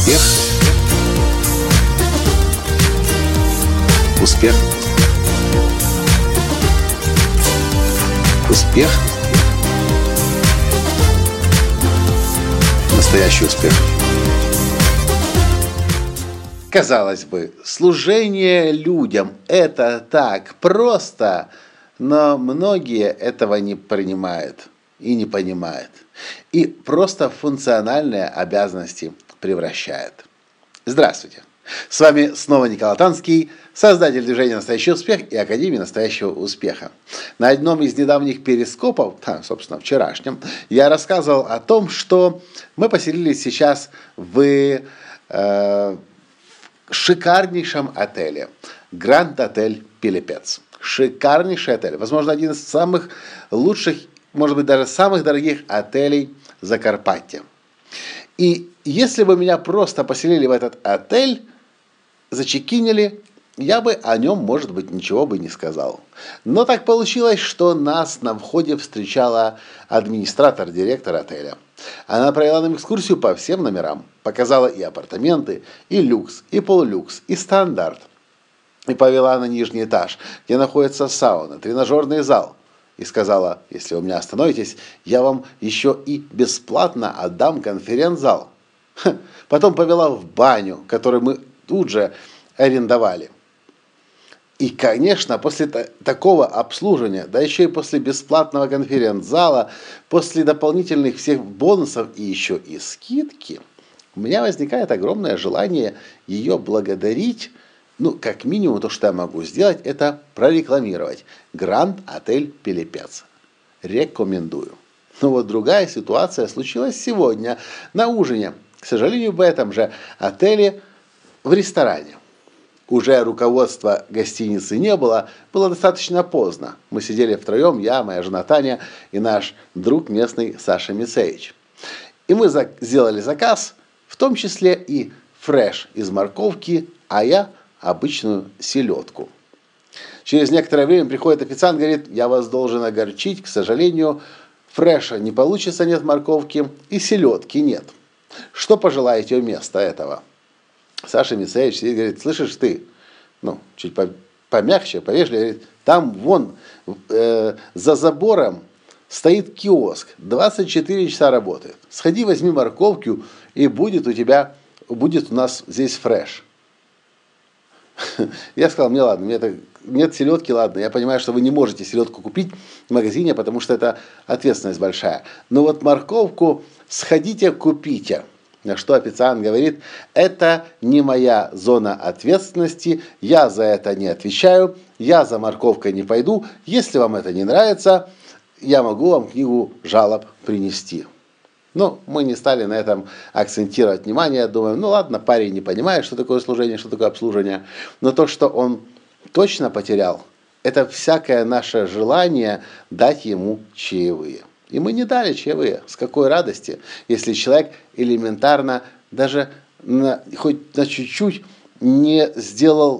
Успех. Успех. Успех. Настоящий успех. Казалось бы, служение людям – это так просто, но многие этого не принимают и не понимают. И просто в функциональные обязанности превращают. Здравствуйте! С вами снова Николай Танский, создатель движения «Настоящий успех» и Академии настоящего успеха. На одном из недавних перископов, собственно, вчерашнем, я рассказывал о том, что мы поселились сейчас в шикарнейшем отеле. Гранд Отель Пилипец. Шикарнейший отель. Возможно, один из самых лучших, может быть, даже самых дорогих отелей Закарпатья. И если бы меня просто поселили в этот отель, зачекинили, я бы о нем, может быть, ничего бы не сказал. Но так получилось, что нас на входе встречала администратор-директор отеля. Она провела нам экскурсию по всем номерам. Показала и апартаменты, и люкс, и полулюкс, и стандарт. И повела на нижний этаж, где находится сауна, тренажерный зал. И сказала: если вы меня остановитесь, я вам еще и бесплатно отдам конференц-зал. Потом повела в баню, которую мы тут же арендовали. И, конечно, после такого обслуживания, да еще и после бесплатного конференц-зала, после дополнительных всех бонусов и еще и скидки, у меня возникает огромное желание ее благодарить. Как минимум, то, что я могу сделать, это прорекламировать. Гранд Отель Пилипец. Рекомендую. Но вот другая ситуация случилась сегодня на ужине. К сожалению, в этом же отеле в ресторане. Уже руководства гостиницы не было, было достаточно поздно. Мы сидели втроем, я, моя жена Таня и наш друг местный Саша Мицевич. И мы сделали заказ, в том числе и фреш из морковки, а я обычную селедку. Через некоторое время приходит официант, говорит: я вас должен огорчить, к сожалению, фреша не получится, нет морковки, и селедки нет. Что пожелаете вместо этого? Саша Мицевич сидит и говорит: слышишь ты, чуть помягче, повежливее, говорит: там вон за забором стоит киоск, 24 часа работает. Сходи, возьми морковку, и будет у нас здесь фреш. Я сказал: мне ладно, нет селедки, ладно, я понимаю, что вы не можете селедку купить в магазине, потому что это ответственность большая. Но вот морковку сходите, купите. На что официант говорит: это не моя зона ответственности, я за это не отвечаю, я за морковкой не пойду, если вам это не нравится, я могу вам книгу жалоб принести. Мы не стали на этом акцентировать внимание, думаем: ладно, парень не понимает, что такое служение, что такое обслуживание, но то, что он точно потерял, это всякое наше желание дать ему чаевые. И мы не дали чаевые. С какой радости, если человек элементарно, даже хоть на чуть-чуть не сделал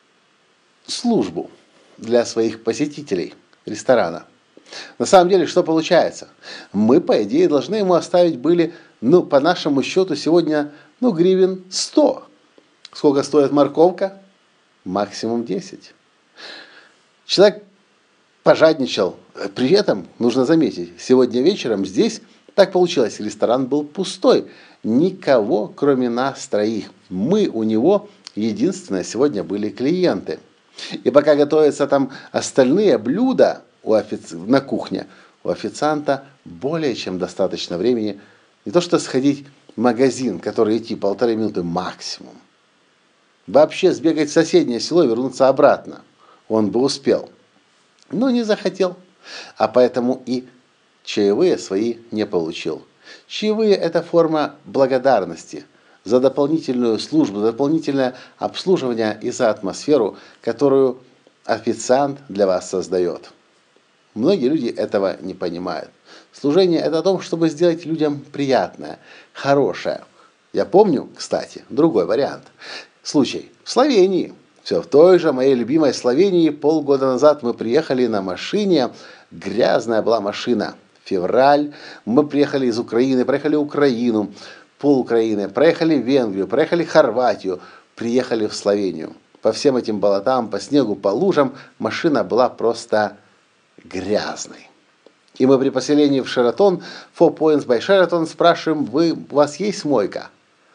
службу для своих посетителей ресторана. На самом деле, что получается? Мы, по идее, должны ему оставить были, по нашему счету, сегодня, гривен 100. Сколько стоит морковка? Максимум 10. Человек пожадничал. При этом, нужно заметить, сегодня вечером здесь так получилось, ресторан был пустой. Никого, кроме нас троих. Мы у него единственные сегодня были клиенты. И пока готовятся там остальные блюда на кухне, у официанта более чем достаточно времени не то что сходить в магазин, который идти 1,5 минуты максимум. Вообще сбегать в соседнее село и вернуться обратно. Он бы успел. Но не захотел. А поэтому и чаевые свои не получил. Чаевые – это форма благодарности за дополнительную службу, за дополнительное обслуживание и за атмосферу, которую официант для вас создает. Многие люди этого не понимают. Служение – это о том, чтобы сделать людям приятное, хорошее. Я помню, кстати, другой вариант. Случай в Словении. Все в той же моей любимой Словении. Полгода назад мы приехали на машине. Грязная была машина. Февраль. Мы приехали из Украины, проехали Украину. пол Украины, проехали Венгрию, проехали Хорватию, приехали в Словению. По всем этим болотам, по снегу, по лужам машина была просто грязной. И мы при поселении в Шератон, Four Points by Sheraton, спрашиваем, у вас есть мойка?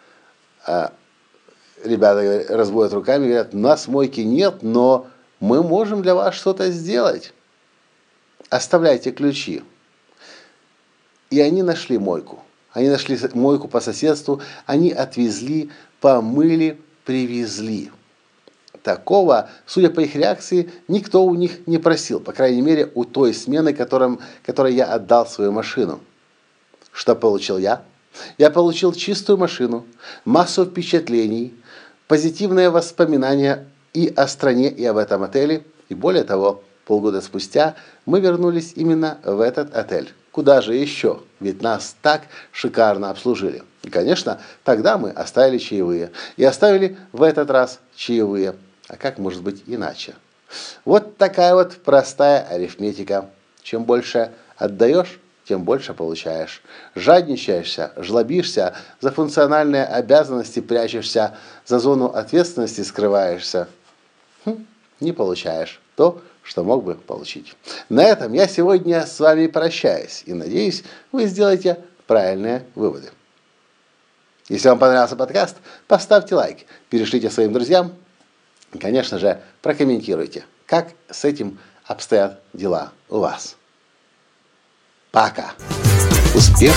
Ребята разводят руками, говорят, у нас мойки нет, но мы можем для вас что-то сделать. Оставляйте ключи. И они нашли мойку. Они нашли мойку по соседству, они отвезли, помыли, привезли. Такого, судя по их реакции, никто у них не просил. По крайней мере, у той смены, которой я отдал свою машину. Что получил я? Я получил чистую машину, массу впечатлений, позитивные воспоминания и о стране, и об этом отеле. И более того, полгода спустя мы вернулись именно в этот отель. Куда же еще? Ведь нас так шикарно обслужили. И, конечно, тогда мы оставили чаевые. И оставили в этот раз чаевые. А как может быть иначе? Вот такая вот простая арифметика. Чем больше отдаешь, тем больше получаешь. Жадничаешься, жлобишься, за функциональные обязанности прячешься, за зону ответственности скрываешься. Не получаешь то, что мог бы получить. На этом я сегодня с вами прощаюсь и надеюсь, вы сделаете правильные выводы. Если вам понравился подкаст, поставьте лайк, перешлите своим друзьям и, конечно же, прокомментируйте, как с этим обстоят дела у вас. Пока! Успех!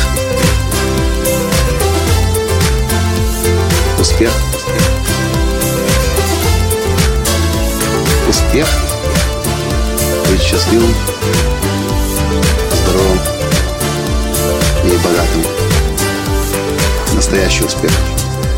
Успех! Успех! Быть счастливым, здоровым и богатым. Настоящий успех.